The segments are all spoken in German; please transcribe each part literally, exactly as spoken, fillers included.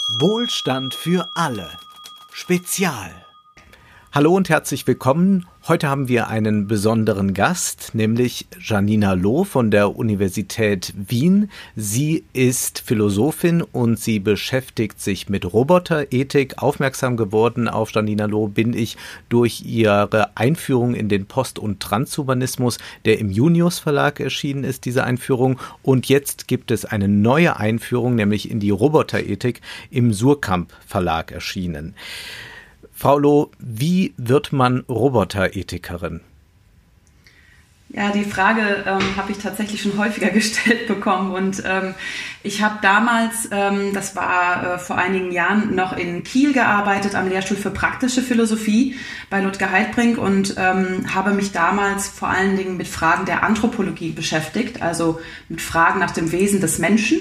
Wohlstand für alle. Spezial. Hallo und herzlich willkommen. Heute haben wir einen besonderen Gast, nämlich Janina Loh von der Universität Wien. Sie ist Philosophin und sie beschäftigt sich mit Roboterethik. Aufmerksam geworden auf Janina Loh bin ich durch ihre Einführung in den Post- und Transhumanismus, der im Junius Verlag erschienen ist, diese Einführung. Und jetzt gibt es eine neue Einführung, nämlich in die Roboterethik, im Suhrkamp Verlag erschienen. Frau Loh, wie wird man Roboterethikerin? Ja, die Frage ähm, habe ich tatsächlich schon häufiger gestellt bekommen und ähm, ich habe damals, ähm, das war äh, vor einigen Jahren, noch in Kiel gearbeitet am Lehrstuhl für praktische Philosophie bei Ludger Heidbrink und ähm, habe mich damals vor allen Dingen mit Fragen der Anthropologie beschäftigt, also mit Fragen nach dem Wesen des Menschen.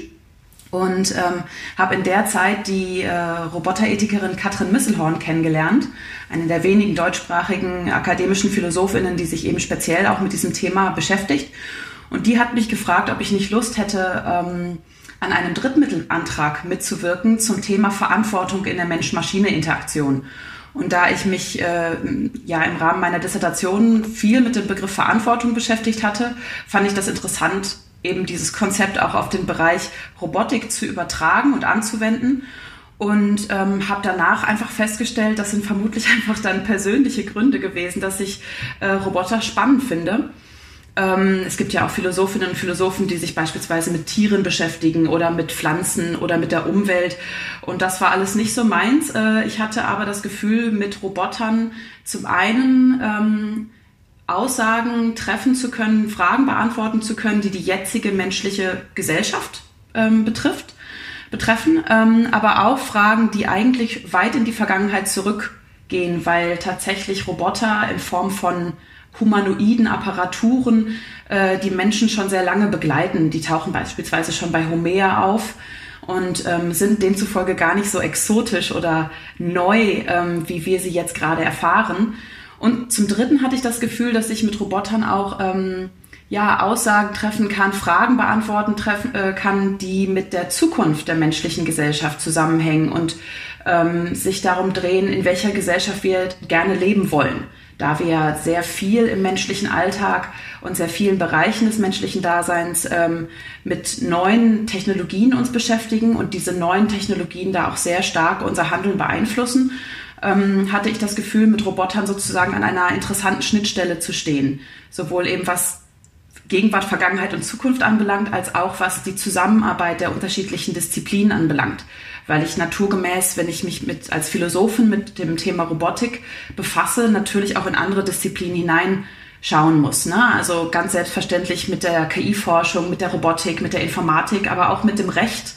Und ähm, habe in der Zeit die äh, Roboterethikerin Katrin Misselhorn kennengelernt, eine der wenigen deutschsprachigen akademischen Philosophinnen, die sich eben speziell auch mit diesem Thema beschäftigt. Und die hat mich gefragt, ob ich nicht Lust hätte, ähm, an einem Drittmittelantrag mitzuwirken zum Thema Verantwortung in der Mensch-Maschine-Interaktion. Und da ich mich äh, ja im Rahmen meiner Dissertation viel mit dem Begriff Verantwortung beschäftigt hatte, fand ich das interessant, eben dieses Konzept auch auf den Bereich Robotik zu übertragen und anzuwenden und ähm, habe danach einfach festgestellt, das sind vermutlich einfach dann persönliche Gründe gewesen, dass ich äh, Roboter spannend finde. Ähm, es gibt ja auch Philosophinnen und Philosophen, die sich beispielsweise mit Tieren beschäftigen oder mit Pflanzen oder mit der Umwelt und das war alles nicht so meins. Äh, ich hatte aber das Gefühl, mit Robotern zum einen ähm, Aussagen treffen zu können, Fragen beantworten zu können, die die jetzige menschliche Gesellschaft ähm, betrifft, betreffen, ähm, aber auch Fragen, die eigentlich weit in die Vergangenheit zurückgehen, weil tatsächlich Roboter in Form von humanoiden Apparaturen äh, die Menschen schon sehr lange begleiten. Die tauchen beispielsweise schon bei Homer auf und ähm, sind demzufolge gar nicht so exotisch oder neu, ähm, wie wir sie jetzt gerade erfahren. Und zum Dritten hatte ich das Gefühl, dass ich mit Robotern auch ähm, ja, Aussagen treffen kann, Fragen beantworten treffen, äh, kann, die mit der Zukunft der menschlichen Gesellschaft zusammenhängen und ähm, sich darum drehen, in welcher Gesellschaft wir gerne leben wollen. Da wir ja sehr viel im menschlichen Alltag und sehr vielen Bereichen des menschlichen Daseins ähm, mit neuen Technologien uns beschäftigen und diese neuen Technologien da auch sehr stark unser Handeln beeinflussen, ähm, hatte ich das Gefühl, mit Robotern sozusagen an einer interessanten Schnittstelle zu stehen. Sowohl eben was Gegenwart, Vergangenheit und Zukunft anbelangt, als auch was die Zusammenarbeit der unterschiedlichen Disziplinen anbelangt. Weil ich naturgemäß, wenn ich mich mit als Philosophin mit dem Thema Robotik befasse, natürlich auch in andere Disziplinen hineinschauen muss. Ne? Also ganz selbstverständlich mit der K I-Forschung, mit der Robotik, mit der Informatik, aber auch mit dem Recht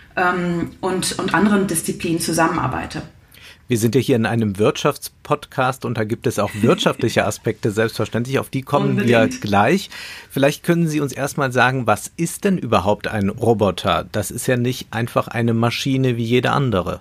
ähm, und, und anderen Disziplinen zusammenarbeite. Wir sind ja hier in einem Wirtschaftspodcast und da gibt es auch wirtschaftliche Aspekte, selbstverständlich, auf die kommen Unbedingt. wir gleich. Vielleicht können Sie uns erstmal sagen, was ist denn überhaupt ein Roboter? Das ist ja nicht einfach eine Maschine wie jede andere.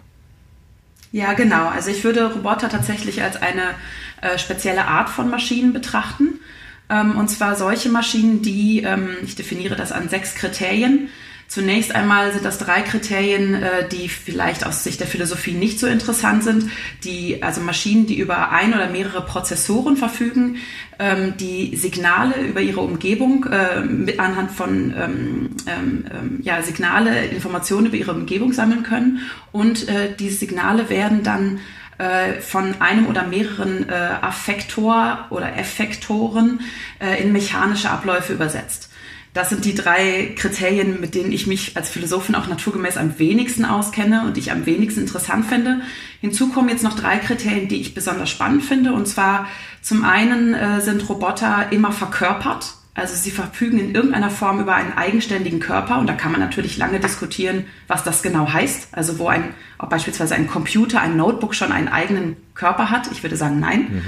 Ja, genau. Also ich würde Roboter tatsächlich als eine äh, spezielle Art von Maschinen betrachten. Ähm, und zwar solche Maschinen, die, ähm, ich definiere das an sechs Kriterien. Zunächst einmal sind das drei Kriterien, die vielleicht aus Sicht der Philosophie nicht so interessant sind. Die, also Maschinen, die über ein oder mehrere Prozessoren verfügen, die Signale über ihre Umgebung mit anhand von ähm, ähm, ja, Signale, Informationen über ihre Umgebung sammeln können. Und äh, diese Signale werden dann äh, von einem oder mehreren äh, Affektor oder Effektoren äh, in mechanische Abläufe übersetzt. Das sind die drei Kriterien, mit denen ich mich als Philosophin auch naturgemäß am wenigsten auskenne und die ich am wenigsten interessant finde. Hinzu kommen jetzt noch drei Kriterien, die ich besonders spannend finde. Und zwar zum einen äh, sind Roboter immer verkörpert. Also sie verfügen in irgendeiner Form über einen eigenständigen Körper. Und da kann man natürlich lange diskutieren, was das genau heißt. Also wo ein, ob beispielsweise ein Computer, ein Notebook schon einen eigenen Körper hat. Ich würde sagen, nein. Mhm.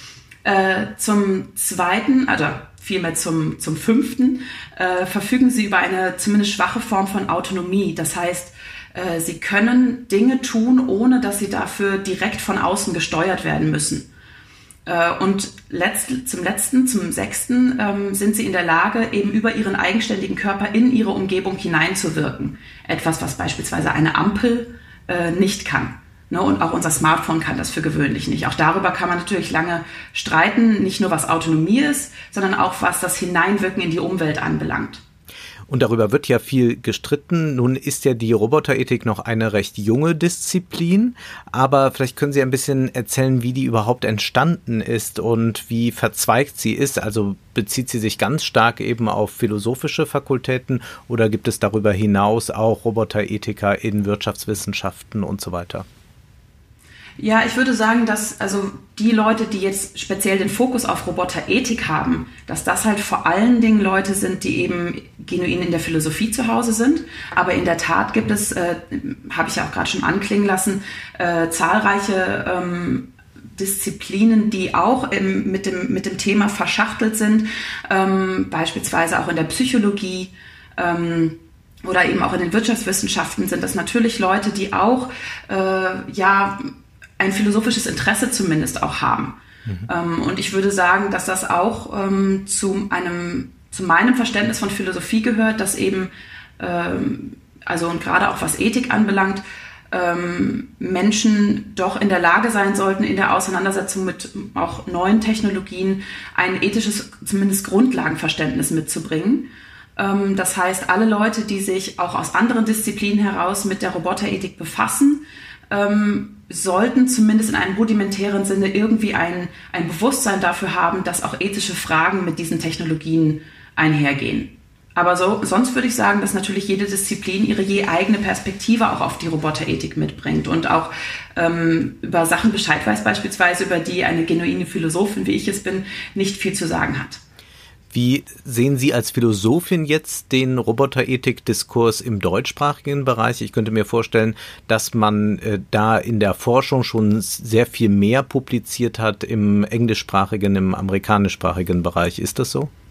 Äh, zum zweiten, also vielmehr zum, zum fünften, äh, verfügen sie über eine zumindest schwache Form von Autonomie. Das heißt, äh, sie können Dinge tun, ohne dass sie dafür direkt von außen gesteuert werden müssen. Äh, und letzt, zum letzten, zum sechsten, ähm, sind sie in der Lage, eben über ihren eigenständigen Körper in ihre Umgebung hineinzuwirken. Etwas, was beispielsweise eine Ampel äh, nicht kann. Ne? Und auch unser Smartphone kann das für gewöhnlich nicht. Auch darüber kann man natürlich lange streiten, nicht nur was Autonomie ist, sondern auch was das Hineinwirken in die Umwelt anbelangt. Und darüber wird ja viel gestritten. Nun ist ja die Roboterethik noch eine recht junge Disziplin, aber vielleicht können Sie ein bisschen erzählen, wie die überhaupt entstanden ist und wie verzweigt sie ist. Also bezieht sie sich ganz stark eben auf philosophische Fakultäten oder gibt es darüber hinaus auch Roboterethiker in Wirtschaftswissenschaften und so weiter? Ja, ich würde sagen, dass also die Leute, die jetzt speziell den Fokus auf Roboterethik haben, dass das halt vor allen Dingen Leute sind, die eben genuin in der Philosophie zu Hause sind. Aber in der Tat gibt es, äh, habe ich ja auch gerade schon anklingen lassen, äh, zahlreiche ähm, Disziplinen, die auch im, mit dem, mit dem Thema verschachtelt sind, ähm, beispielsweise auch in der Psychologie, ähm, oder eben auch in den Wirtschaftswissenschaften sind das natürlich Leute, die auch, äh, ja, ein philosophisches Interesse zumindest auch haben. Mhm. Ähm, und ich würde sagen, dass das auch ähm, zu einem, zu meinem Verständnis von Philosophie gehört, dass eben, ähm, also und gerade auch was Ethik anbelangt, ähm, Menschen doch in der Lage sein sollten, in der Auseinandersetzung mit auch neuen Technologien ein ethisches, zumindest Grundlagenverständnis mitzubringen. Ähm, das heißt, alle Leute, die sich auch aus anderen Disziplinen heraus mit der Roboterethik befassen, ähm, sollten zumindest in einem rudimentären Sinne irgendwie ein, ein Bewusstsein dafür haben, dass auch ethische Fragen mit diesen Technologien einhergehen. Aber so, sonst würde ich sagen, dass natürlich jede Disziplin ihre je eigene Perspektive auch auf die Roboterethik mitbringt und auch ähm, über Sachen Bescheid weiß, beispielsweise über die eine genuine Philosophin, wie ich es bin, nicht viel zu sagen hat. Wie sehen Sie als Philosophin jetzt den Roboterethik-Diskurs im deutschsprachigen Bereich? Ich könnte mir vorstellen, dass man äh, da in der Forschung schon sehr viel mehr publiziert hat im englischsprachigen, im amerikanischsprachigen Bereich. Ist das so?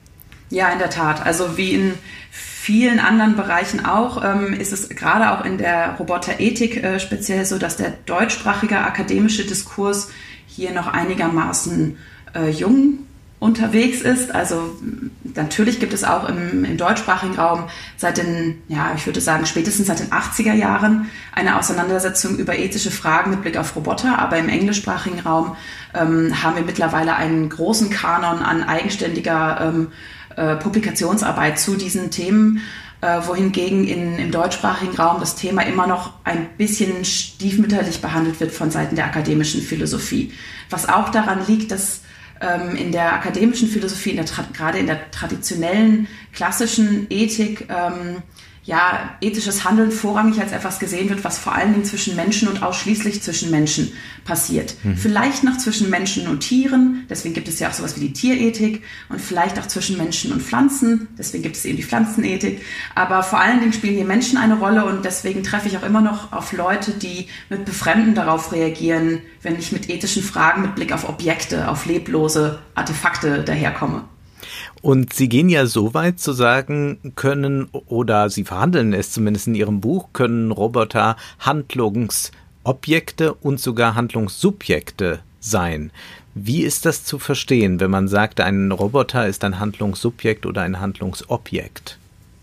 Ja, in der Tat. Also wie in vielen anderen Bereichen auch, ähm, ist es gerade auch in der Roboterethik äh, speziell so, dass der deutschsprachige akademische Diskurs hier noch einigermaßen äh, jung unterwegs ist. Also natürlich gibt es auch im, im deutschsprachigen Raum seit den, ja, ich würde sagen, spätestens seit den achtziger Jahren eine Auseinandersetzung über ethische Fragen mit Blick auf Roboter. Aber im englischsprachigen Raum ähm, haben wir mittlerweile einen großen Kanon an eigenständiger ähm, äh, Publikationsarbeit zu diesen Themen, äh, wohingegen in, im deutschsprachigen Raum das Thema immer noch ein bisschen stiefmütterlich behandelt wird von Seiten der akademischen Philosophie. Was auch daran liegt, dass in der akademischen Philosophie, in der, gerade in der traditionellen, klassischen Ethik, ähm, ja, ethisches Handeln vorrangig als etwas gesehen wird, was vor allen Dingen zwischen Menschen und ausschließlich zwischen Menschen passiert. Mhm. Vielleicht noch zwischen Menschen und Tieren, deswegen gibt es ja auch sowas wie die Tierethik, und vielleicht auch zwischen Menschen und Pflanzen, deswegen gibt es eben die Pflanzenethik. Aber vor allen Dingen spielen hier Menschen eine Rolle und deswegen treffe ich auch immer noch auf Leute, die mit Befremden darauf reagieren, wenn ich mit ethischen Fragen mit Blick auf Objekte, auf leblose Artefakte daherkomme. Und Sie gehen ja so weit zu sagen können, oder Sie verhandeln es zumindest in Ihrem Buch, können Roboter Handlungsobjekte und sogar Handlungssubjekte sein. Wie ist das zu verstehen, wenn man sagt, ein Roboter ist ein Handlungssubjekt oder ein Handlungsobjekt?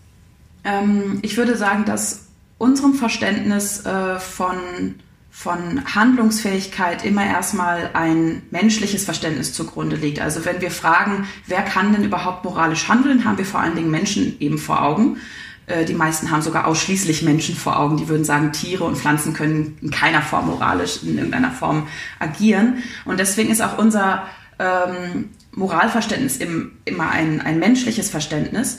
Ähm, ich würde sagen, dass unserem Verständnis äh, von von Handlungsfähigkeit immer erstmal ein menschliches Verständnis zugrunde liegt. Also wenn wir fragen, wer kann denn überhaupt moralisch handeln, haben wir vor allen Dingen Menschen eben vor Augen. Äh, die meisten haben sogar ausschließlich Menschen vor Augen. Die würden sagen, Tiere und Pflanzen können in keiner Form moralisch in irgendeiner Form agieren. Und deswegen ist auch unser ähm, Moralverständnis im, immer ein, ein menschliches Verständnis.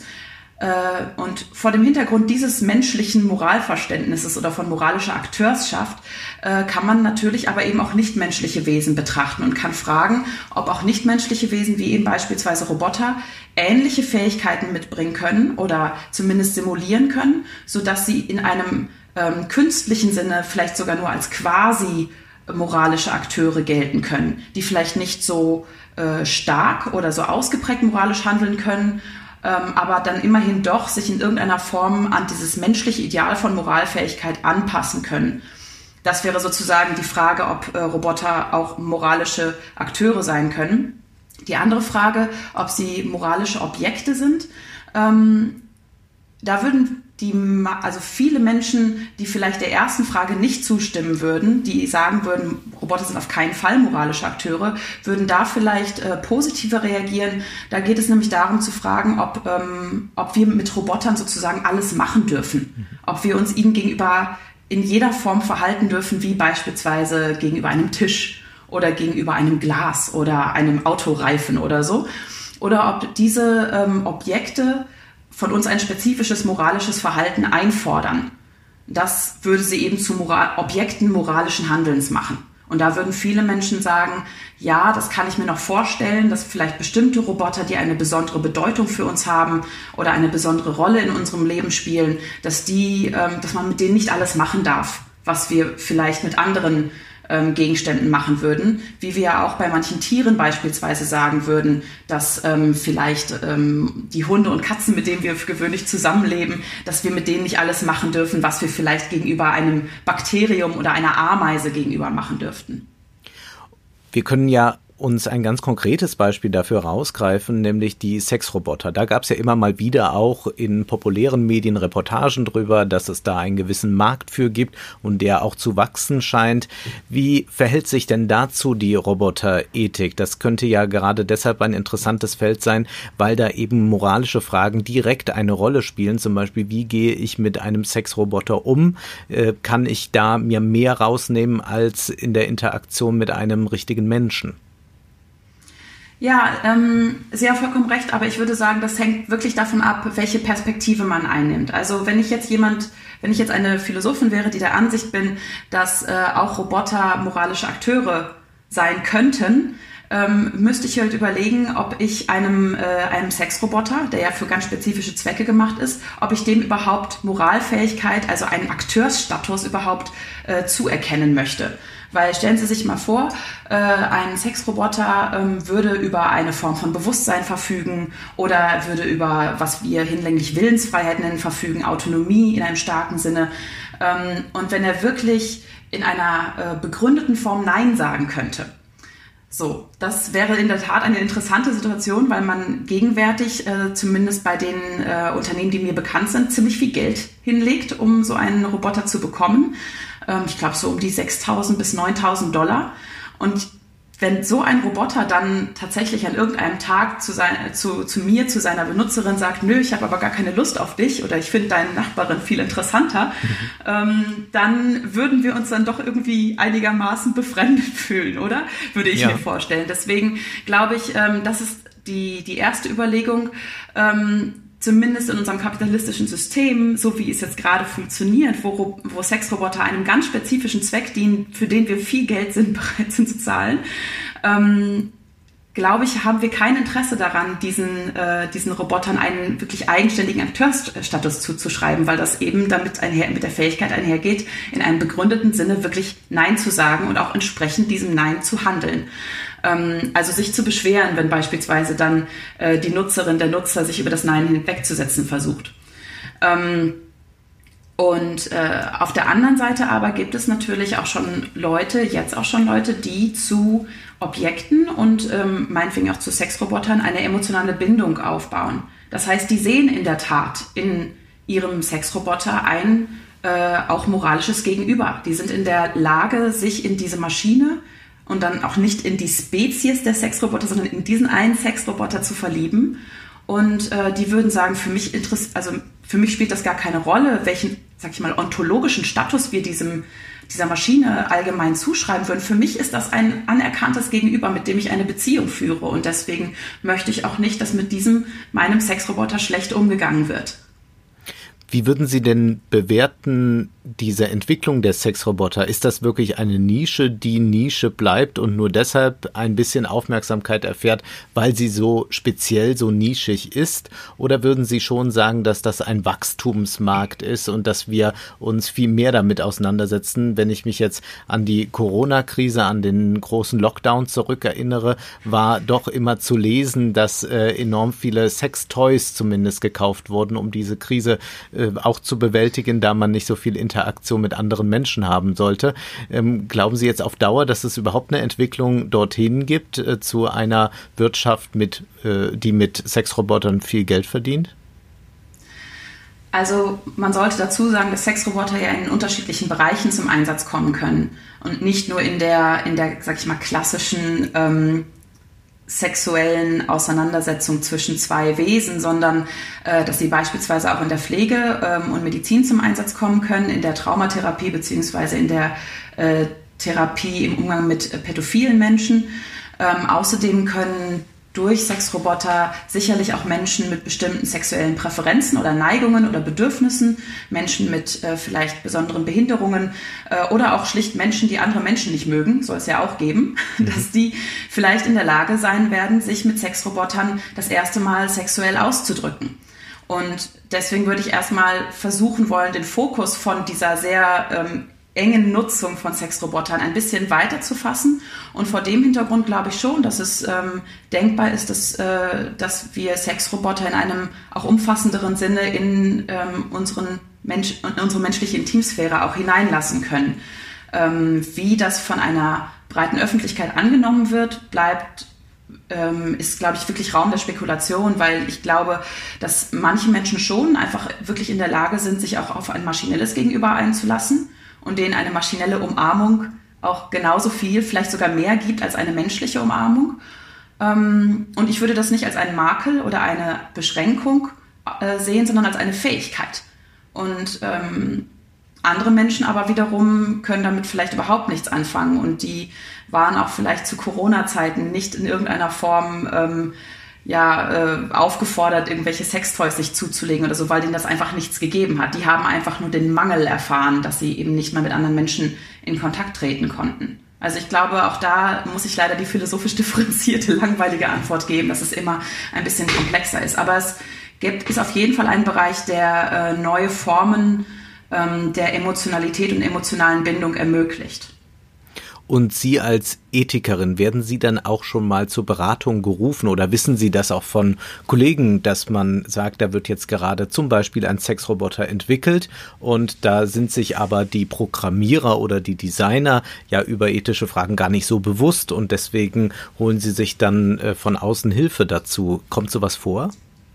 Und vor dem Hintergrund dieses menschlichen Moralverständnisses oder von moralischer Akteurschaft kann man natürlich aber eben auch nichtmenschliche Wesen betrachten und kann fragen, ob auch nichtmenschliche Wesen wie eben beispielsweise Roboter ähnliche Fähigkeiten mitbringen können oder zumindest simulieren können, sodass sie in einem ähm, künstlichen Sinne vielleicht sogar nur als quasi moralische Akteure gelten können, die vielleicht nicht so äh, stark oder so ausgeprägt moralisch handeln können, aber dann immerhin doch sich in irgendeiner Form an dieses menschliche Ideal von Moralfähigkeit anpassen können. Das wäre sozusagen die Frage, ob äh, Roboter auch moralische Akteure sein können. Die andere Frage, ob sie moralische Objekte sind, ähm, da würden die, also viele Menschen, die vielleicht der ersten Frage nicht zustimmen würden, die sagen würden, Roboter sind auf keinen Fall moralische Akteure, würden da vielleicht äh, positiver reagieren. Da geht es nämlich darum zu fragen, ob, ähm, ob wir mit Robotern sozusagen alles machen dürfen. Ob wir uns ihnen gegenüber in jeder Form verhalten dürfen, wie beispielsweise gegenüber einem Tisch oder gegenüber einem Glas oder einem Autoreifen oder so. Oder ob diese ähm, Objekte von uns ein spezifisches moralisches Verhalten einfordern. Das würde sie eben zu Moral- Objekten moralischen Handelns machen. Und da würden viele Menschen sagen, ja, das kann ich mir noch vorstellen, dass vielleicht bestimmte Roboter, die eine besondere Bedeutung für uns haben oder eine besondere Rolle in unserem Leben spielen, dass die, ähm, dass man mit denen nicht alles machen darf, was wir vielleicht mit anderen ähm, Gegenständen machen würden, wie wir ja auch bei manchen Tieren beispielsweise sagen würden, dass ähm, vielleicht ähm, die Hunde und Katzen, mit denen wir gewöhnlich zusammenleben, dass wir mit denen nicht alles machen dürfen, was wir vielleicht gegenüber einem Bakterium oder einer Ameise gegenüber machen dürften. Wir können ja uns ein ganz konkretes Beispiel dafür rausgreifen, nämlich die Sexroboter. Da gab es ja immer mal wieder auch in populären Medien Reportagen drüber, dass es da einen gewissen Markt für gibt und der auch zu wachsen scheint. Wie verhält sich denn dazu die Roboterethik? Das könnte ja gerade deshalb ein interessantes Feld sein, weil da eben moralische Fragen direkt eine Rolle spielen. Zum Beispiel, wie gehe ich mit einem Sexroboter um? Äh, kann ich da mir mehr rausnehmen als in der Interaktion mit einem richtigen Menschen? Ja, ähm, Sie haben vollkommen recht, aber ich würde sagen, das hängt wirklich davon ab, welche Perspektive man einnimmt. Also wenn ich jetzt jemand, wenn ich jetzt eine Philosophin wäre, die der Ansicht bin, dass äh, auch Roboter moralische Akteure sein könnten, ähm, müsste ich halt überlegen, ob ich einem, äh, einem Sexroboter, der ja für ganz spezifische Zwecke gemacht ist, ob ich dem überhaupt Moralfähigkeit, also einen Akteursstatus überhaupt äh, zuerkennen möchte. Weil stellen Sie sich mal vor, äh, ein Sexroboter ähm, würde über eine Form von Bewusstsein verfügen oder würde über, was wir hinlänglich Willensfreiheit nennen, verfügen, Autonomie in einem starken Sinne. Ähm, und wenn er wirklich in einer äh, begründeten Form Nein sagen könnte. So, das wäre in der Tat eine interessante Situation, weil man gegenwärtig, äh, zumindest bei den äh, Unternehmen, die mir bekannt sind, ziemlich viel Geld hinlegt, um so einen Roboter zu bekommen. Ähm, ich glaube so um die sechstausend bis neuntausend Dollar. Und wenn so ein Roboter dann tatsächlich an irgendeinem Tag zu, sein, zu, zu mir, zu seiner Benutzerin sagt, nö, ich habe aber gar keine Lust auf dich oder ich finde deine Nachbarin viel interessanter, mhm. ähm, dann würden wir uns dann doch irgendwie einigermaßen befremdet fühlen, oder? Würde ich ja. mir vorstellen. Deswegen glaube ich, ähm, das ist die, die erste Überlegung, ähm, zumindest in unserem kapitalistischen System, so wie es jetzt gerade funktioniert, wo, wo Sexroboter einem ganz spezifischen Zweck dienen, für den wir viel Geld sind, bereit sind zu zahlen, ähm, glaube ich, haben wir kein Interesse daran, diesen, äh, diesen Robotern einen wirklich eigenständigen Akteursstatus zuzuschreiben, weil das eben damit einher, mit der Fähigkeit einhergeht, in einem begründeten Sinne wirklich Nein zu sagen und auch entsprechend diesem Nein zu handeln. Also sich zu beschweren, wenn beispielsweise dann äh, die Nutzerin, der Nutzer sich über das Nein hinwegzusetzen versucht. Ähm, und äh, auf der anderen Seite aber gibt es natürlich auch schon Leute, jetzt auch schon Leute, die zu Objekten und ähm, meinetwegen auch zu Sexrobotern eine emotionale Bindung aufbauen. Das heißt, die sehen in der Tat in ihrem Sexroboter ein äh, auch moralisches Gegenüber. Die sind in der Lage, sich in diese Maschine und dann auch nicht in die Spezies der Sexroboter, sondern in diesen einen Sexroboter zu verlieben. Und äh, die würden sagen, für mich interess- also für mich spielt das gar keine Rolle, welchen, sag ich mal, ontologischen Status wir diesem, dieser Maschine allgemein zuschreiben würden. Für mich ist das ein anerkanntes Gegenüber, mit dem ich eine Beziehung führe. Und deswegen möchte ich auch nicht, dass mit diesem, meinem Sexroboter schlecht umgegangen wird. Wie würden Sie denn bewerten, diese Entwicklung der Sexroboter? Ist das wirklich eine Nische, die Nische bleibt und nur deshalb ein bisschen Aufmerksamkeit erfährt, weil sie so speziell, so nischig ist? Oder würden Sie schon sagen, dass das ein Wachstumsmarkt ist und dass wir uns viel mehr damit auseinandersetzen? Wenn ich mich jetzt an die Corona-Krise, an den großen Lockdown zurückerinnere, war doch immer zu lesen, dass äh, enorm viele Sextoys zumindest gekauft wurden, um diese Krise äh, auch zu bewältigen, da man nicht so viel Interaktion mit anderen Menschen haben sollte. Ähm, glauben Sie jetzt auf Dauer, dass es überhaupt eine Entwicklung dorthin gibt, äh, zu einer Wirtschaft, mit, äh, die mit Sexrobotern viel Geld verdient? Also man sollte dazu sagen, dass Sexroboter ja in unterschiedlichen Bereichen zum Einsatz kommen können und nicht nur in der, in der, sag ich mal, klassischen ähm, sexuellen Auseinandersetzung zwischen zwei Wesen, sondern äh, dass sie beispielsweise auch in der Pflege ähm, und Medizin zum Einsatz kommen können, in der Traumatherapie beziehungsweise in der äh, Therapie im Umgang mit äh, pädophilen Menschen. Ähm, außerdem können durch Sexroboter sicherlich auch Menschen mit bestimmten sexuellen Präferenzen oder Neigungen oder Bedürfnissen, Menschen mit äh, vielleicht besonderen Behinderungen äh, oder auch schlicht Menschen, die andere Menschen nicht mögen, soll es ja auch geben, mhm. dass die vielleicht in der Lage sein werden, sich mit Sexrobotern das erste Mal sexuell auszudrücken. Und deswegen würde ich erstmal versuchen wollen, den Fokus von dieser sehr ähm, engen Nutzung von Sexrobotern ein bisschen weiter zu fassen. Und vor dem Hintergrund glaube ich schon, dass es ähm, denkbar ist, dass, äh, dass wir Sexroboter in einem auch umfassenderen Sinne in, ähm, unseren Mensch, in unsere menschliche Intimsphäre auch hineinlassen können. Ähm, wie das von einer breiten Öffentlichkeit angenommen wird, bleibt ähm, ist, glaube ich, wirklich Raum der Spekulation, weil ich glaube, dass manche Menschen schon einfach wirklich in der Lage sind, sich auch auf ein maschinelles Gegenüber einzulassen und denen eine maschinelle Umarmung auch genauso viel, vielleicht sogar mehr gibt als eine menschliche Umarmung. Und ich würde das nicht als einen Makel oder eine Beschränkung sehen, sondern als eine Fähigkeit. Und ähm, andere Menschen aber wiederum können damit vielleicht überhaupt nichts anfangen. Und die waren auch vielleicht zu Corona-Zeiten nicht in irgendeiner Form ähm, ja, äh, aufgefordert, irgendwelche Sextoys sich zuzulegen oder so, weil denen das einfach nichts gegeben hat. Die haben einfach nur den Mangel erfahren, dass sie eben nicht mehr mit anderen Menschen in Kontakt treten konnten. Also ich glaube, auch da muss ich leider die philosophisch differenzierte, langweilige Antwort geben, dass es immer ein bisschen komplexer ist. Aber es gibt, ist auf jeden Fall ein Bereich, der äh, neue Formen ähm, der Emotionalität und emotionalen Bindung ermöglicht. Und Sie als Ethikerin, werden Sie dann auch schon mal zur Beratung gerufen oder wissen Sie das auch von Kollegen, dass man sagt, da wird jetzt gerade zum Beispiel ein Sexroboter entwickelt und da sind sich aber die Programmierer oder die Designer ja über ethische Fragen gar nicht so bewusst und deswegen holen Sie sich dann äh, von außen Hilfe dazu. Kommt sowas vor?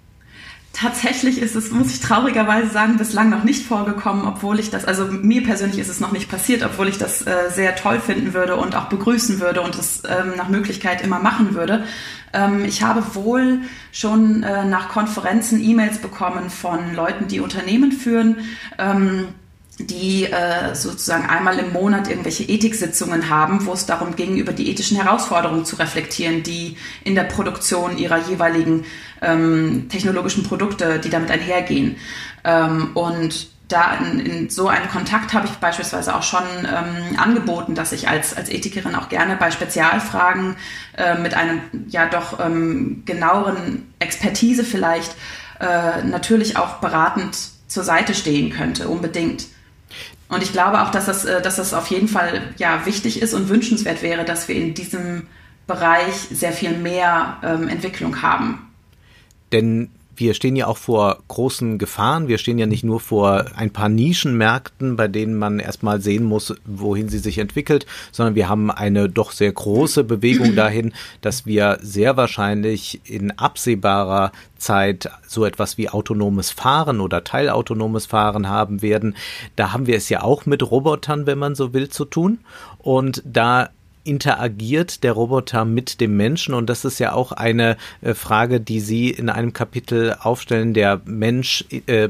Tatsächlich ist es, muss ich traurigerweise sagen, bislang noch nicht vorgekommen, obwohl ich das, also mir persönlich ist es noch nicht passiert, obwohl ich das äh, sehr toll finden würde und auch begrüßen würde und es ähm, nach Möglichkeit immer machen würde. Ähm, ich habe wohl schon äh, nach Konferenzen E-Mails bekommen von Leuten, die Unternehmen führen, ähm, die äh, sozusagen einmal im Monat irgendwelche Ethiksitzungen haben, wo es darum ging, über die ethischen Herausforderungen zu reflektieren, die in der Produktion ihrer jeweiligen ähm, technologischen Produkte, die damit einhergehen. Ähm, und da in, in so einem Kontakt habe ich beispielsweise auch schon ähm, angeboten, dass ich als, als Ethikerin auch gerne bei Spezialfragen äh, mit einem ja doch ähm, genaueren Expertise vielleicht äh, natürlich auch beratend zur Seite stehen könnte, unbedingt. Und ich glaube auch, dass das, dass das auf jeden Fall ja, wichtig ist und wünschenswert wäre, dass wir in diesem Bereich sehr viel mehr ähm, Entwicklung haben. Denn wir stehen ja auch vor großen Gefahren. Wir stehen ja nicht nur vor ein paar Nischenmärkten, bei denen man erstmal sehen muss, wohin sie sich entwickelt, sondern wir haben eine doch sehr große Bewegung dahin, dass wir sehr wahrscheinlich in absehbarer Zeit so etwas wie autonomes Fahren oder teilautonomes Fahren haben werden. Da haben wir es ja auch mit Robotern, wenn man so will, zu tun. Und da interagiert der Roboter mit dem Menschen und das ist ja auch eine äh, Frage, die Sie in einem Kapitel aufstellen, der Mensch, äh,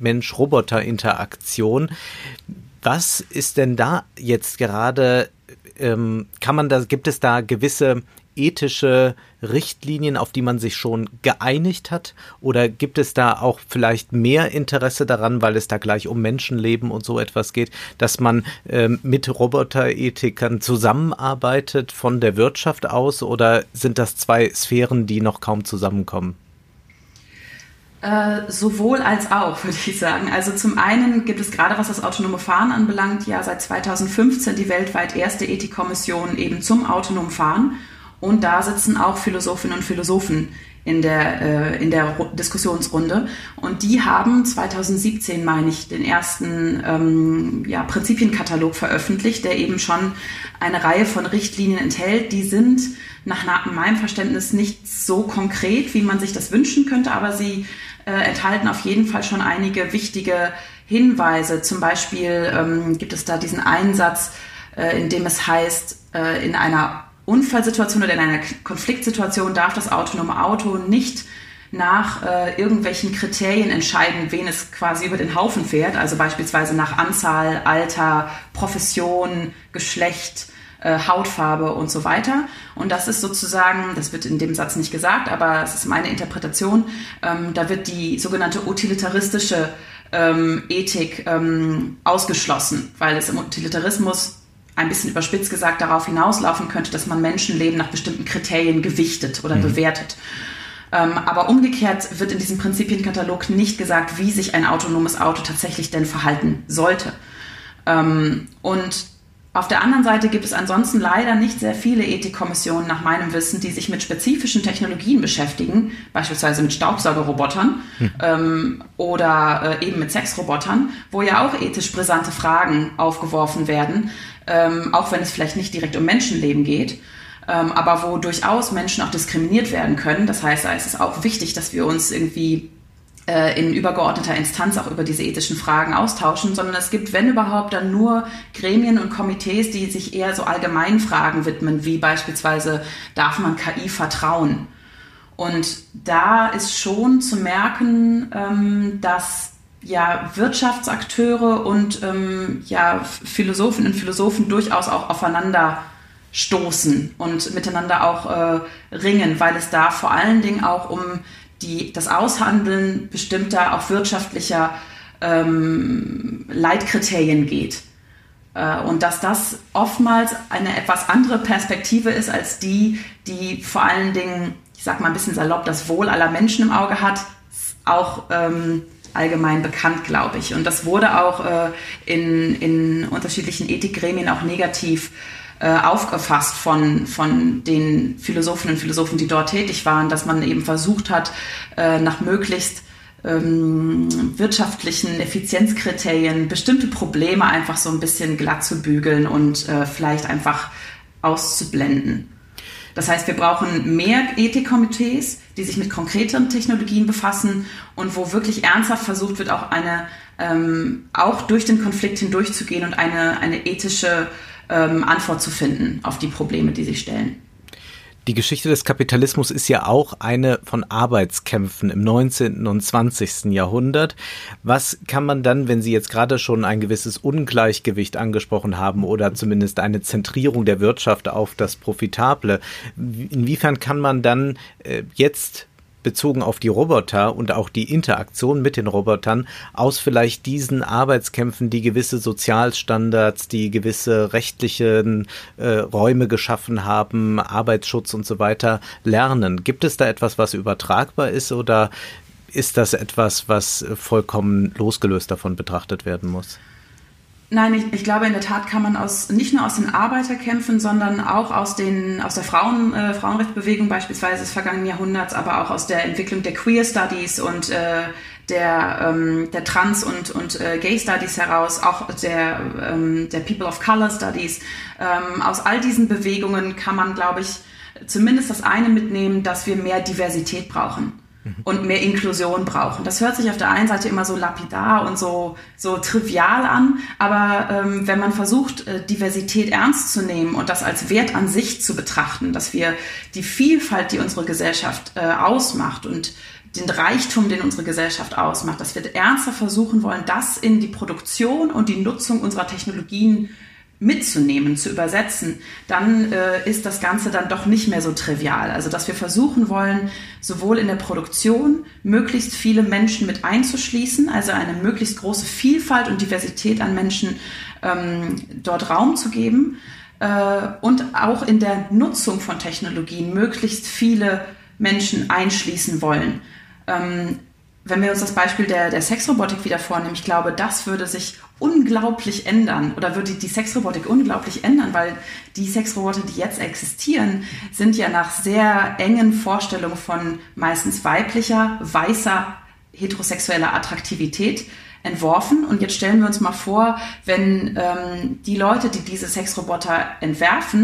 Mensch-Roboter-Interaktion. Was ist denn da jetzt gerade, ähm, kann man da, gibt es da gewisse ethische Richtlinien, auf die man sich schon geeinigt hat? Oder gibt es da auch vielleicht mehr Interesse daran, weil es da gleich um Menschenleben und so etwas geht, dass man ähm, mit Roboterethikern zusammenarbeitet von der Wirtschaft aus? Oder sind das zwei Sphären, die noch kaum zusammenkommen? Äh, sowohl als auch, würde ich sagen. Also zum einen gibt es gerade, was das autonome Fahren anbelangt, ja seit zweitausendfünfzehn die weltweit erste Ethikkommission eben zum autonomen Fahren. Und da sitzen auch Philosophinnen und Philosophen in der, äh, in der Diskussionsrunde. Und die haben zweitausendsiebzehn, meine ich, den ersten ähm, ja, Prinzipienkatalog veröffentlicht, der eben schon eine Reihe von Richtlinien enthält. Die sind nach, nach meinem Verständnis nicht so konkret, wie man sich das wünschen könnte, aber sie äh, enthalten auf jeden Fall schon einige wichtige Hinweise. Zum Beispiel ähm, gibt es da diesen Einsatz, äh, in dem es heißt, äh, in einer Unfallsituation oder in einer Konfliktsituation darf das autonome Auto nicht nach äh, irgendwelchen Kriterien entscheiden, wen es quasi über den Haufen fährt, also beispielsweise nach Anzahl, Alter, Profession, Geschlecht, äh, Hautfarbe und so weiter. Und das ist sozusagen, das wird in dem Satz nicht gesagt, aber es ist meine Interpretation, ähm, da wird die sogenannte utilitaristische ähm, Ethik ähm, ausgeschlossen, weil es im Utilitarismus ein bisschen überspitzt gesagt darauf hinauslaufen könnte, dass man Menschenleben nach bestimmten Kriterien gewichtet oder mhm. bewertet. Ähm, aber umgekehrt wird in diesem Prinzipienkatalog nicht gesagt, wie sich ein autonomes Auto tatsächlich denn verhalten sollte. Ähm, und auf der anderen Seite gibt es ansonsten leider nicht sehr viele Ethikkommissionen nach meinem Wissen, die sich mit spezifischen Technologien beschäftigen, beispielsweise mit Staubsaugerrobotern hm. ähm, oder äh, eben mit Sexrobotern, wo ja auch ethisch brisante Fragen aufgeworfen werden, ähm, auch wenn es vielleicht nicht direkt um Menschenleben geht, ähm, aber wo durchaus Menschen auch diskriminiert werden können. Das heißt, da ist es auch wichtig, dass wir uns irgendwie in übergeordneter Instanz auch über diese ethischen Fragen austauschen, sondern es gibt, wenn überhaupt, dann nur Gremien und Komitees, die sich eher so allgemeinen Fragen widmen, wie beispielsweise, darf man K I vertrauen? Und da ist schon zu merken, dass ja Wirtschaftsakteure und ähm, ja Philosophinnen und Philosophen durchaus auch aufeinander stoßen und miteinander auch äh, ringen, weil es da vor allen Dingen auch um Die, das Aushandeln bestimmter, auch wirtschaftlicher ähm, Leitkriterien geht. Äh, und dass das oftmals eine etwas andere Perspektive ist als die, die vor allen Dingen, ich sag mal ein bisschen salopp, das Wohl aller Menschen im Auge hat, auch ähm, allgemein bekannt, glaube ich. Und das wurde auch äh, in, in unterschiedlichen Ethikgremien auch negativ aufgefasst von, von den Philosophinnen und Philosophen, die dort tätig waren, dass man eben versucht hat, nach möglichst ähm, wirtschaftlichen Effizienzkriterien bestimmte Probleme einfach so ein bisschen glatt zu bügeln und äh, vielleicht einfach auszublenden. Das heißt, wir brauchen mehr Ethikkomitees, die sich mit konkreteren Technologien befassen und wo wirklich ernsthaft versucht wird, auch eine ähm, auch durch den Konflikt hindurchzugehen und eine, eine ethische ähm, Antwort zu finden auf die Probleme, die sich stellen. Die Geschichte des Kapitalismus ist ja auch eine von Arbeitskämpfen im neunzehnten und zwanzigsten Jahrhundert. Was kann man dann, wenn Sie jetzt gerade schon ein gewisses Ungleichgewicht angesprochen haben oder zumindest eine Zentrierung der Wirtschaft auf das Profitable, inwiefern kann man dann äh, jetzt bezogen auf die Roboter und auch die Interaktion mit den Robotern aus vielleicht diesen Arbeitskämpfen, die gewisse Sozialstandards, die gewisse rechtliche äh, Räume geschaffen haben, Arbeitsschutz und so weiter, lernen? Gibt es da etwas, was übertragbar ist, oder ist das etwas, was vollkommen losgelöst davon betrachtet werden muss? Nein, ich, ich glaube, in der Tat kann man aus, nicht nur aus den Arbeiterkämpfen, sondern auch aus, den, aus der Frauen, äh, Frauenrechtsbewegung beispielsweise des vergangenen Jahrhunderts, aber auch aus der Entwicklung der Queer Studies und äh, der, ähm, der Trans- und, und äh, Gay Studies heraus, auch der, ähm, der People of Color Studies. Ähm, aus all diesen Bewegungen kann man, glaube ich, zumindest das eine mitnehmen, dass wir mehr Diversität brauchen und mehr Inklusion brauchen. Das hört sich auf der einen Seite immer so lapidar und so, so trivial an, aber ähm, wenn man versucht, äh, Diversität ernst zu nehmen und das als Wert an sich zu betrachten, dass wir die Vielfalt, die unsere Gesellschaft äh, ausmacht und den Reichtum, den unsere Gesellschaft ausmacht, dass wir ernster versuchen wollen, das in die Produktion und die Nutzung unserer Technologien mitzunehmen, zu übersetzen, dann äh, ist das Ganze dann doch nicht mehr so trivial. Also dass wir versuchen wollen, sowohl in der Produktion möglichst viele Menschen mit einzuschließen, also eine möglichst große Vielfalt und Diversität an Menschen ähm, dort Raum zu geben äh, und auch in der Nutzung von Technologien möglichst viele Menschen einschließen wollen. Ähm, Wenn wir uns das Beispiel der, der Sexrobotik wieder vornehmen, ich glaube, das würde sich unglaublich ändern oder würde die Sexrobotik unglaublich ändern, weil die Sexroboter, die jetzt existieren, sind ja nach sehr engen Vorstellungen von meistens weiblicher, weißer, heterosexueller Attraktivität entworfen. Und jetzt stellen wir uns mal vor, wenn ähm, die Leute, die diese Sexroboter entwerfen,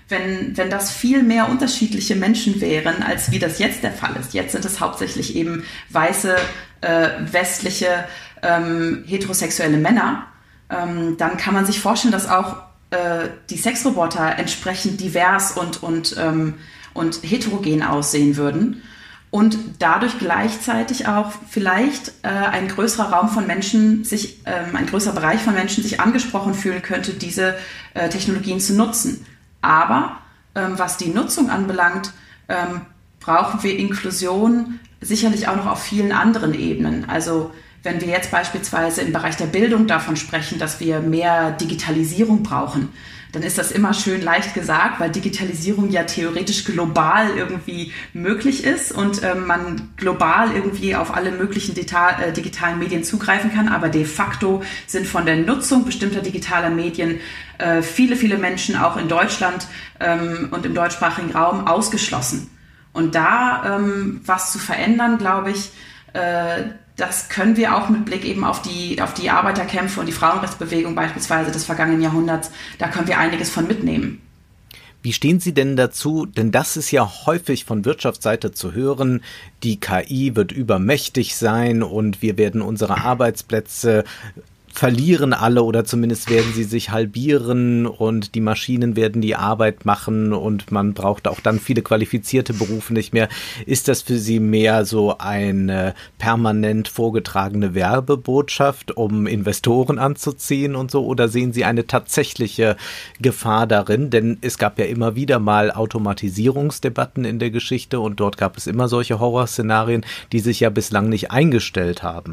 wenn, wenn das viel mehr unterschiedliche Menschen wären, als wie das jetzt der Fall ist. Jetzt sind es hauptsächlich eben weiße, äh, westliche, ähm, heterosexuelle Männer. Ähm, dann kann man sich vorstellen, dass auch äh, die Sexroboter entsprechend divers und, und, ähm, und heterogen aussehen würden. Und dadurch gleichzeitig auch vielleicht äh, ein größerer Raum von Menschen sich, ähm, ein größerer Bereich von Menschen sich angesprochen fühlen könnte, diese äh, Technologien zu nutzen. Aber ähm, was die Nutzung anbelangt, ähm, brauchen wir Inklusion sicherlich auch noch auf vielen anderen Ebenen. Also wenn wir jetzt beispielsweise im Bereich der Bildung davon sprechen, dass wir mehr Digitalisierung brauchen, dann ist das immer schön leicht gesagt, weil Digitalisierung ja theoretisch global irgendwie möglich ist und äh, man global irgendwie auf alle möglichen Deta- äh, digitalen Medien zugreifen kann. Aber de facto sind von der Nutzung bestimmter digitaler Medien äh, viele, viele Menschen auch in Deutschland ähm, und im deutschsprachigen Raum ausgeschlossen. Und da ähm, was zu verändern, glaube ich, äh, das können wir auch mit Blick eben auf die, auf die Arbeiterkämpfe und die Frauenrechtsbewegung beispielsweise des vergangenen Jahrhunderts, da können wir einiges von mitnehmen. Wie stehen Sie denn dazu? Denn das ist ja häufig von Wirtschaftsseite zu hören, die K I wird übermächtig sein und wir werden unsere Arbeitsplätze verlieren alle oder zumindest werden sie sich halbieren und die Maschinen werden die Arbeit machen und man braucht auch dann viele qualifizierte Berufe nicht mehr. Ist das für Sie mehr so eine permanent vorgetragene Werbebotschaft, um Investoren anzuziehen und so, oder sehen Sie eine tatsächliche Gefahr darin? Denn es gab ja immer wieder mal Automatisierungsdebatten in der Geschichte und dort gab es immer solche Horrorszenarien, die sich ja bislang nicht eingestellt haben.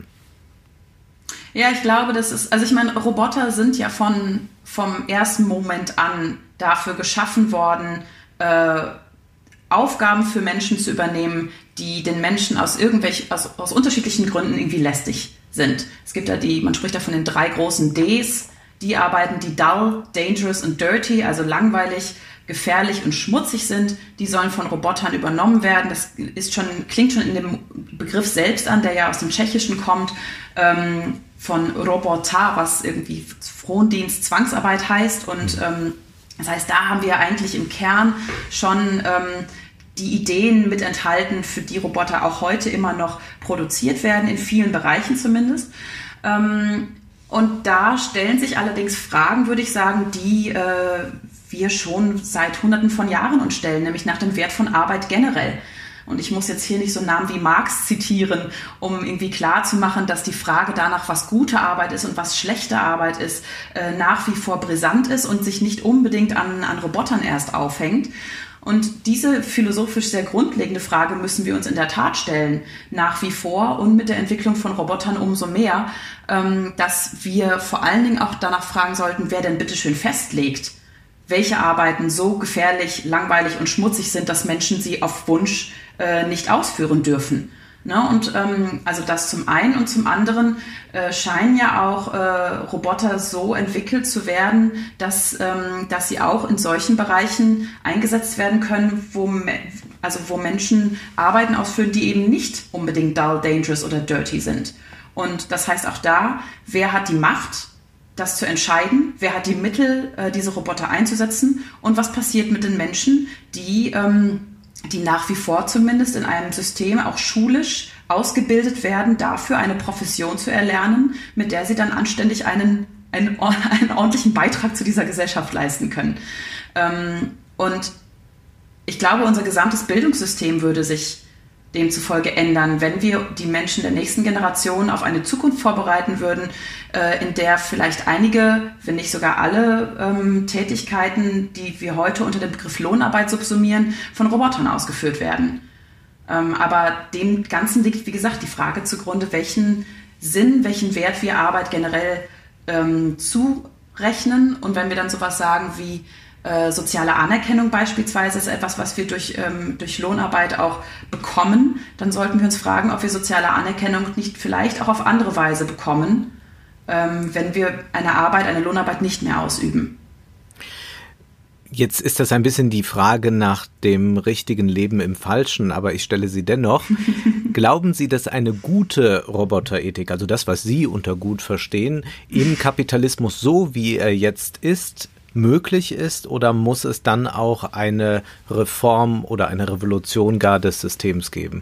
Ja, ich glaube, das ist, also ich meine, Roboter sind ja von, vom ersten Moment an dafür geschaffen worden, äh, Aufgaben für Menschen zu übernehmen, die den Menschen aus irgendwelchen, aus, aus unterschiedlichen Gründen irgendwie lästig sind. Es gibt ja die, man spricht da von den drei großen Ds, die Arbeiten, die dull, dangerous und dirty, also langweilig, gefährlich und schmutzig sind, die sollen von Robotern übernommen werden. Das ist schon, klingt schon in dem Begriff selbst an, der ja aus dem Tschechischen kommt, ähm, von Robota, was irgendwie Frondienst, Zwangsarbeit heißt. Und ähm, das heißt, da haben wir eigentlich im Kern schon ähm, die Ideen mit enthalten, für die Roboter auch heute immer noch produziert werden, in vielen Bereichen zumindest. Ähm, und da stellen sich allerdings Fragen, würde ich sagen, die äh, wir schon seit Hunderten von Jahren uns stellen, nämlich nach dem Wert von Arbeit generell. Und ich muss jetzt hier nicht so einen Namen wie Marx zitieren, um irgendwie klarzumachen, dass die Frage danach, was gute Arbeit ist und was schlechte Arbeit ist, äh, nach wie vor brisant ist und sich nicht unbedingt an, an Robotern erst aufhängt. Und diese philosophisch sehr grundlegende Frage müssen wir uns in der Tat stellen, nach wie vor und mit der Entwicklung von Robotern umso mehr, ähm, dass wir vor allen Dingen auch danach fragen sollten, wer denn bitteschön festlegt, welche Arbeiten so gefährlich, langweilig und schmutzig sind, dass Menschen sie auf Wunsch äh, nicht ausführen dürfen. Ne? Und ähm, also das zum einen und zum anderen äh, scheinen ja auch äh, Roboter so entwickelt zu werden, dass, ähm, dass sie auch in solchen Bereichen eingesetzt werden können, wo, me- also wo Menschen Arbeiten ausführen, die eben nicht unbedingt dull, dangerous oder dirty sind. Und das heißt auch da, wer hat die Macht, das zu entscheiden, wer hat die Mittel, äh, diese Roboter einzusetzen und was passiert mit den Menschen, die, ähm, die nach wie vor zumindest in einem System auch schulisch ausgebildet werden, dafür eine Profession zu erlernen, mit der sie dann anständig einen, einen, einen ordentlichen Beitrag zu dieser Gesellschaft leisten können. Ähm, und ich glaube, unser gesamtes Bildungssystem würde sich demzufolge ändern, wenn wir die Menschen der nächsten Generation auf eine Zukunft vorbereiten würden, äh, in der vielleicht einige, wenn nicht sogar alle ähm, Tätigkeiten, die wir heute unter dem Begriff Lohnarbeit subsumieren, von Robotern ausgeführt werden. Ähm, aber dem Ganzen liegt, wie gesagt, die Frage zugrunde, welchen Sinn, welchen Wert wir Arbeit generell ähm, zurechnen. Und wenn wir dann sowas sagen wie soziale Anerkennung beispielsweise ist etwas, was wir durch, ähm, durch Lohnarbeit auch bekommen, dann sollten wir uns fragen, ob wir soziale Anerkennung nicht vielleicht auch auf andere Weise bekommen, ähm, wenn wir eine Arbeit, eine Lohnarbeit nicht mehr ausüben. Jetzt ist das ein bisschen die Frage nach dem richtigen Leben im Falschen, aber ich stelle sie dennoch. Glauben Sie, dass eine gute Roboterethik, also das, was Sie unter gut verstehen, im Kapitalismus so, wie er jetzt ist, möglich ist, oder muss es dann auch eine Reform oder eine Revolution gar des Systems geben?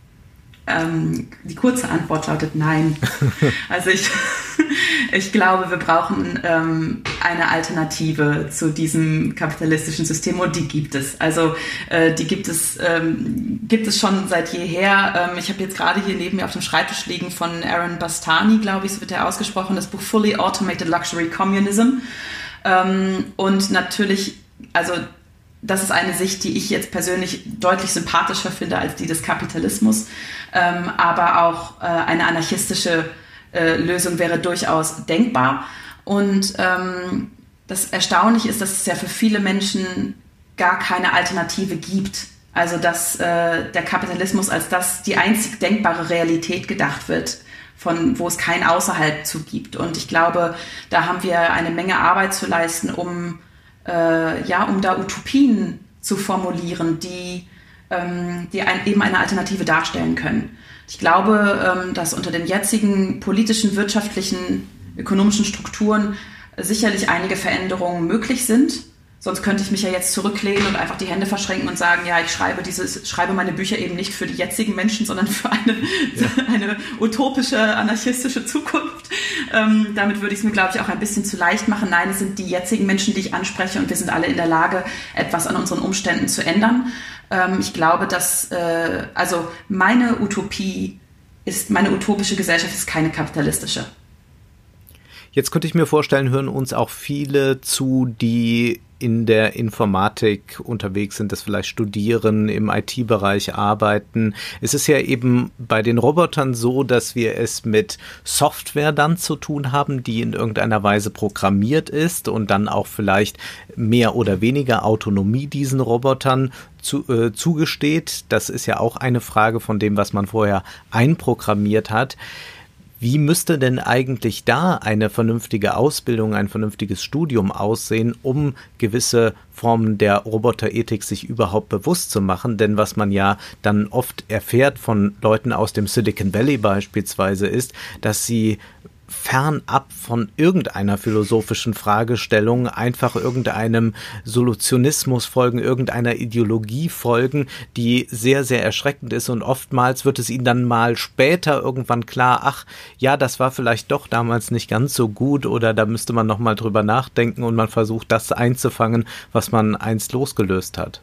Ähm, die kurze Antwort lautet nein. Also ich, ich glaube, wir brauchen ähm, eine Alternative zu diesem kapitalistischen System, und die gibt es. Also äh, die gibt es, ähm, gibt es schon seit jeher. Ähm, ich habe jetzt gerade hier neben mir auf dem Schreibtisch liegen von Aaron Bastani, glaube ich, so wird er ausgesprochen, das Buch Fully Automated Luxury Communism. Ähm, und natürlich, also das ist eine Sicht, die ich jetzt persönlich deutlich sympathischer finde als die des Kapitalismus. Ähm, aber auch äh, eine anarchistische äh, Lösung wäre durchaus denkbar. Und ähm, das Erstaunliche ist, dass es ja für viele Menschen gar keine Alternative gibt. Also dass äh, der Kapitalismus als das die einzig denkbare Realität gedacht wird, von wo es kein Außerhalb zu gibt. Und ich glaube, da haben wir eine Menge Arbeit zu leisten, um Äh, ja, um da Utopien zu formulieren, die, ähm, die ein, eben eine Alternative darstellen können. Ich glaube, ähm, dass unter den jetzigen politischen, wirtschaftlichen, ökonomischen Strukturen äh, sicherlich einige Veränderungen möglich sind. Sonst könnte ich mich ja jetzt zurücklehnen und einfach die Hände verschränken und sagen, ja, ich schreibe dieses, schreibe meine Bücher eben nicht für die jetzigen Menschen, sondern für eine, ja. eine utopische, anarchistische Zukunft. Ähm, damit würde ich es mir, glaube ich, auch ein bisschen zu leicht machen. Nein, es sind die jetzigen Menschen, die ich anspreche, und wir sind alle in der Lage, etwas an unseren Umständen zu ändern. Ähm, ich glaube, dass, äh, also meine Utopie ist, meine utopische Gesellschaft ist keine kapitalistische. Jetzt könnte ich mir vorstellen, hören uns auch viele zu, die in der Informatik unterwegs sind, das vielleicht studieren, im I T-Bereich arbeiten. Es ist ja eben bei den Robotern so, dass wir es mit Software dann zu tun haben, die in irgendeiner Weise programmiert ist und dann auch vielleicht mehr oder weniger Autonomie diesen Robotern zu, äh, zugesteht. Das ist ja auch eine Frage von dem, was man vorher einprogrammiert hat. Wie müsste denn eigentlich da eine vernünftige Ausbildung, ein vernünftiges Studium aussehen, um gewisse Formen der Roboterethik sich überhaupt bewusst zu machen? Denn was man ja dann oft erfährt von Leuten aus dem Silicon Valley beispielsweise ist, dass sie fernab von irgendeiner philosophischen Fragestellung einfach irgendeinem Solutionismus folgen, irgendeiner Ideologie folgen, die sehr, sehr erschreckend ist, und oftmals wird es ihnen dann mal später irgendwann klar, ach ja, das war vielleicht doch damals nicht ganz so gut, oder da müsste man nochmal drüber nachdenken, und man versucht, das einzufangen, was man einst losgelöst hat.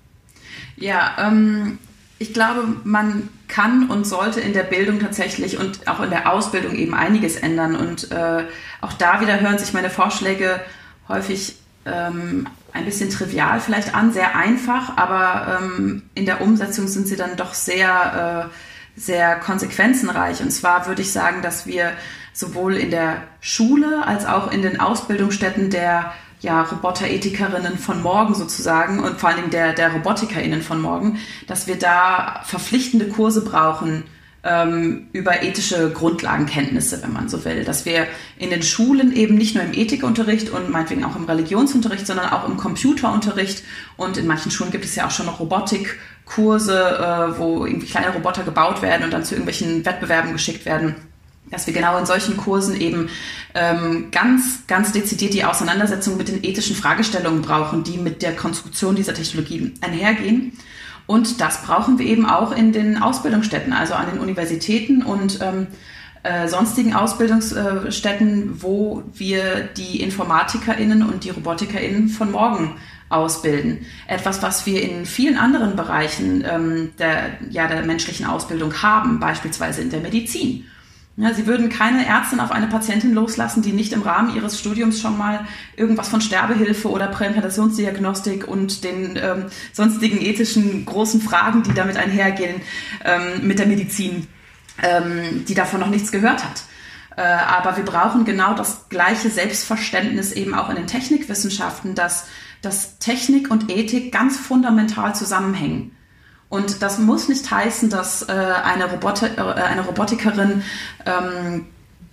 Ja, ähm, ich glaube, man kann und sollte in der Bildung tatsächlich und auch in der Ausbildung eben einiges ändern. Und äh, auch da wieder hören sich meine Vorschläge häufig ähm, ein bisschen trivial vielleicht an, sehr einfach, aber ähm, in der Umsetzung sind sie dann doch sehr, äh, sehr konsequenzenreich. Und zwar würde ich sagen, dass wir sowohl in der Schule als auch in den Ausbildungsstätten der ja, Roboterethikerinnen von morgen sozusagen und vor allen Dingen der, der RobotikerInnen von morgen, dass wir da verpflichtende Kurse brauchen ähm, über ethische Grundlagenkenntnisse, wenn man so will. Dass wir in den Schulen eben nicht nur im Ethikunterricht und meinetwegen auch im Religionsunterricht, sondern auch im Computerunterricht, und in manchen Schulen gibt es ja auch schon noch Robotikkurse, äh, wo irgendwie kleine Roboter gebaut werden und dann zu irgendwelchen Wettbewerben geschickt werden, dass wir genau in solchen Kursen eben ähm, ganz, ganz dezidiert die Auseinandersetzung mit den ethischen Fragestellungen brauchen, die mit der Konstruktion dieser Technologien einhergehen. Und das brauchen wir eben auch in den Ausbildungsstätten, also an den Universitäten und ähm, äh, sonstigen Ausbildungsstätten, wo wir die InformatikerInnen und die RobotikerInnen von morgen ausbilden. Etwas, was wir in vielen anderen Bereichen ähm, der, ja, der menschlichen Ausbildung haben, beispielsweise in der Medizin. Ja, Sie würden keine Ärztin auf eine Patientin loslassen, die nicht im Rahmen ihres Studiums schon mal irgendwas von Sterbehilfe oder Präimplantationsdiagnostik und den ähm, sonstigen ethischen großen Fragen, die damit einhergehen, ähm, mit der Medizin, ähm, die davon noch nichts gehört hat. Äh, aber wir brauchen genau das gleiche Selbstverständnis eben auch in den Technikwissenschaften, dass, dass Technik und Ethik ganz fundamental zusammenhängen. Und das muss nicht heißen, dass äh, eine, Roboter, äh, eine Robotikerin ähm,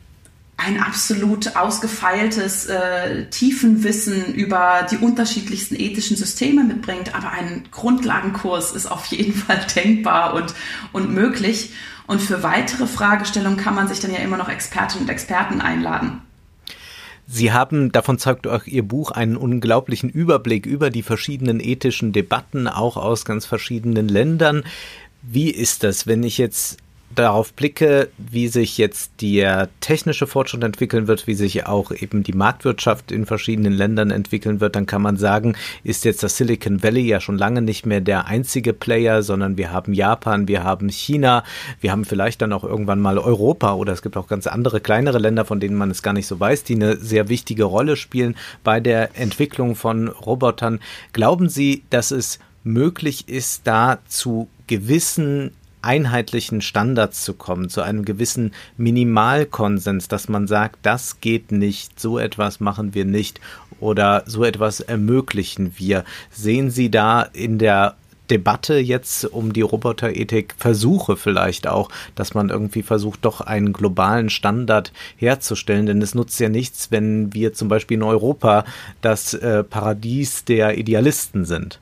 ein absolut ausgefeiltes äh, Tiefenwissen über die unterschiedlichsten ethischen Systeme mitbringt, aber ein Grundlagenkurs ist auf jeden Fall denkbar und, und möglich. Und für weitere Fragestellungen kann man sich dann ja immer noch Expertinnen und Experten einladen. Sie haben, davon zeugt auch Ihr Buch, einen unglaublichen Überblick über die verschiedenen ethischen Debatten, auch aus ganz verschiedenen Ländern. Wie ist das, wenn ich jetzt darauf blicke, wie sich jetzt der technische Fortschritt entwickeln wird, wie sich auch eben die Marktwirtschaft in verschiedenen Ländern entwickeln wird, dann kann man sagen, ist jetzt das Silicon Valley ja schon lange nicht mehr der einzige Player, sondern wir haben Japan, wir haben China, wir haben vielleicht dann auch irgendwann mal Europa oder es gibt auch ganz andere kleinere Länder, von denen man es gar nicht so weiß, die eine sehr wichtige Rolle spielen bei der Entwicklung von Robotern. Glauben Sie, dass es möglich ist, da zu gewissen einheitlichen Standards zu kommen, zu einem gewissen Minimalkonsens, dass man sagt, das geht nicht, so etwas machen wir nicht oder so etwas ermöglichen wir. Sehen Sie da in der Debatte jetzt um die Roboterethik Versuche vielleicht auch, dass man irgendwie versucht, doch einen globalen Standard herzustellen? Denn es nutzt ja nichts, wenn wir zum Beispiel in Europa das äh, Paradies der Idealisten sind.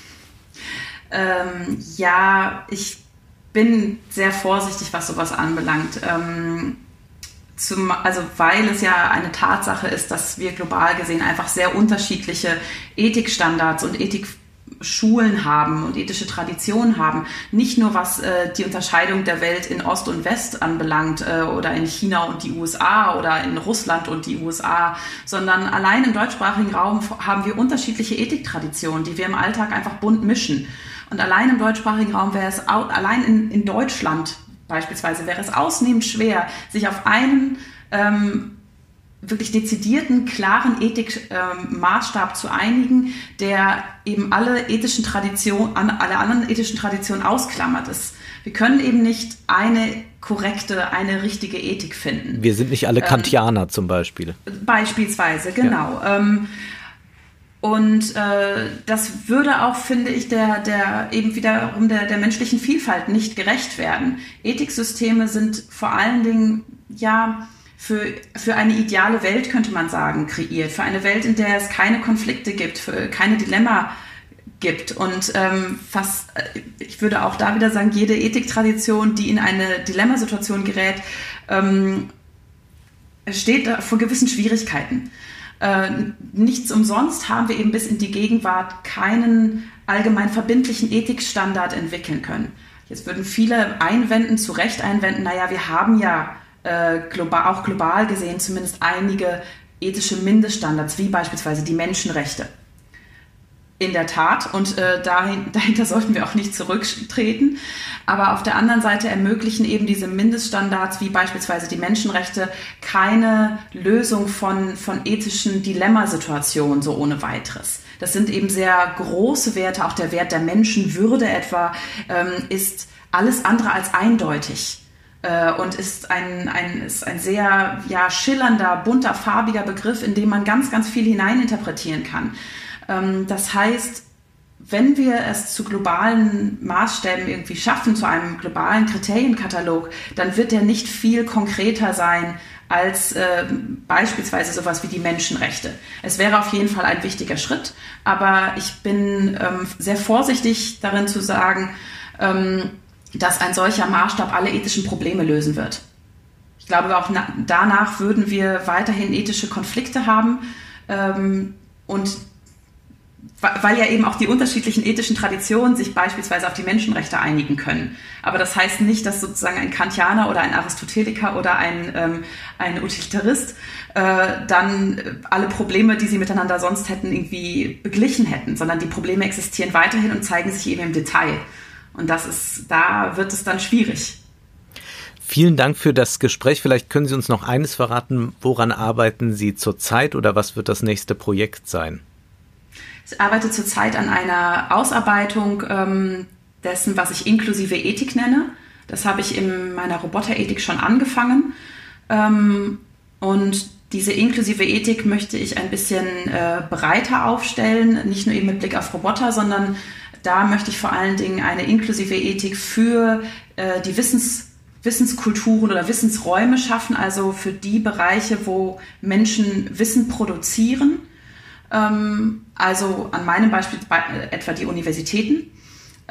Ähm, ja, ich bin sehr vorsichtig, was sowas anbelangt. Ähm, zum, also weil es ja eine Tatsache ist, dass wir global gesehen einfach sehr unterschiedliche Ethikstandards und Ethikschulen haben und ethische Traditionen haben. Nicht nur was äh, die Unterscheidung der Welt in Ost und West anbelangt äh, oder in China und die U S A oder in Russland und die U S A, sondern allein im deutschsprachigen Raum haben wir unterschiedliche Ethiktraditionen, die wir im Alltag einfach bunt mischen. Und allein im deutschsprachigen Raum wäre es, allein in, in Deutschland beispielsweise, wäre es ausnehmend schwer, sich auf einen ähm, wirklich dezidierten, klaren Ethikmaßstab ähm, zu einigen, der eben alle ethischen Traditionen, alle anderen ethischen Traditionen ausklammert ist. Wir können eben nicht eine korrekte, eine richtige Ethik finden. Wir sind nicht alle Kantianer ähm, zum Beispiel. Beispielsweise, genau. Ja. Ähm, Und äh, das würde auch, finde ich, der, der eben wiederum der, der menschlichen Vielfalt nicht gerecht werden. Ethiksysteme sind vor allen Dingen ja für, für eine ideale Welt, könnte man sagen, kreiert. Für eine Welt, in der es keine Konflikte gibt, für keine Dilemma gibt. Und ähm, fast, ich würde auch da wieder sagen, jede Ethiktradition, die in eine Dilemmasituation gerät, ähm, steht vor gewissen Schwierigkeiten. Äh, nichts umsonst haben wir eben bis in die Gegenwart keinen allgemein verbindlichen Ethikstandard entwickeln können. Jetzt würden viele einwenden, zu Recht einwenden, naja, wir haben ja äh, global, auch global gesehen zumindest einige ethische Mindeststandards, wie beispielsweise die Menschenrechte. In der Tat, und äh, dahin, dahinter sollten wir auch nicht zurücktreten. Aber auf der anderen Seite ermöglichen eben diese Mindeststandards, wie beispielsweise die Menschenrechte, keine Lösung von, von ethischen Dilemmasituationen so ohne weiteres. Das sind eben sehr große Werte, auch der Wert der Menschenwürde etwa, ähm, ist alles andere als eindeutig. Äh, und ist ein, ein, ist ein sehr ja, schillernder, bunter, farbiger Begriff, in den man ganz, ganz viel hineininterpretieren kann. Das heißt, wenn wir es zu globalen Maßstäben irgendwie schaffen, zu einem globalen Kriterienkatalog, dann wird der nicht viel konkreter sein als äh, beispielsweise sowas wie die Menschenrechte. Es wäre auf jeden Fall ein wichtiger Schritt, aber ich bin ähm, sehr vorsichtig darin zu sagen, ähm, dass ein solcher Maßstab alle ethischen Probleme lösen wird. Ich glaube, auch na- danach würden wir weiterhin ethische Konflikte haben ähm, und weil ja eben auch die unterschiedlichen ethischen Traditionen sich beispielsweise auf die Menschenrechte einigen können. Aber das heißt nicht, dass sozusagen ein Kantianer oder ein Aristoteliker oder ein, ähm, ein Utilitarist äh, dann alle Probleme, die sie miteinander sonst hätten, irgendwie beglichen hätten, sondern die Probleme existieren weiterhin und zeigen sich eben im Detail. Und das ist, da wird es dann schwierig. Vielen Dank für das Gespräch. Vielleicht können Sie uns noch eines verraten, woran arbeiten Sie zurzeit oder was wird das nächste Projekt sein? Ich arbeite zurzeit an einer Ausarbeitung ähm, dessen, was ich inklusive Ethik nenne. Das habe ich in meiner Roboterethik schon angefangen. Ähm, und diese inklusive Ethik möchte ich ein bisschen äh, breiter aufstellen, nicht nur eben mit Blick auf Roboter, sondern da möchte ich vor allen Dingen eine inklusive Ethik für äh, die Wissens Wissenskulturen oder Wissensräume schaffen, also für die Bereiche, wo Menschen Wissen produzieren. Also an meinem Beispiel etwa die Universitäten.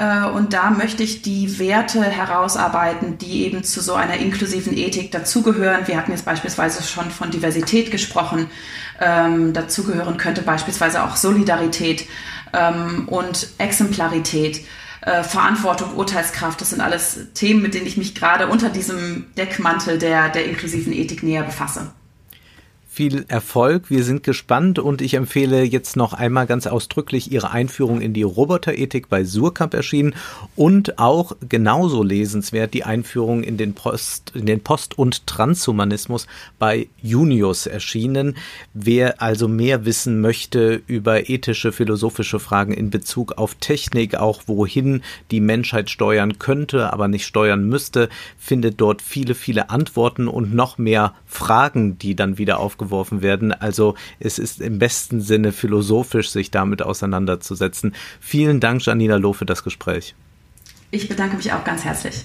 Und da möchte ich die Werte herausarbeiten, die eben zu so einer inklusiven Ethik dazugehören. Wir hatten jetzt beispielsweise schon von Diversität gesprochen. Ähm, dazugehören könnte beispielsweise auch Solidarität ähm, und Exemplarität, äh, Verantwortung, Urteilskraft. Das sind alles Themen, mit denen ich mich gerade unter diesem Deckmantel der, der inklusiven Ethik näher befasse. Viel Erfolg, wir sind gespannt und ich empfehle jetzt noch einmal ganz ausdrücklich Ihre Einführung in die Roboterethik bei Suhrkamp erschienen und auch genauso lesenswert die Einführung in den Post, in den Post- und Transhumanismus bei Junius erschienen. Wer also mehr wissen möchte über ethische, philosophische Fragen in Bezug auf Technik, auch wohin die Menschheit steuern könnte, aber nicht steuern müsste, findet dort viele, viele Antworten und noch mehr Fragen, die dann wieder aufgeworfen werden. Also es ist im besten Sinne philosophisch, sich damit auseinanderzusetzen. Vielen Dank, Janina Loh, für das Gespräch. Ich bedanke mich auch ganz herzlich.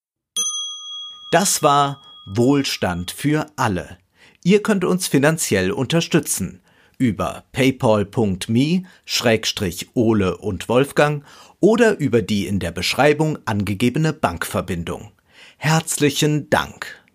Das war Wohlstand für alle. Ihr könnt uns finanziell unterstützen über paypal punkt me Schrägstrich Ole und Wolfgang oder über die in der Beschreibung angegebene Bankverbindung. Herzlichen Dank.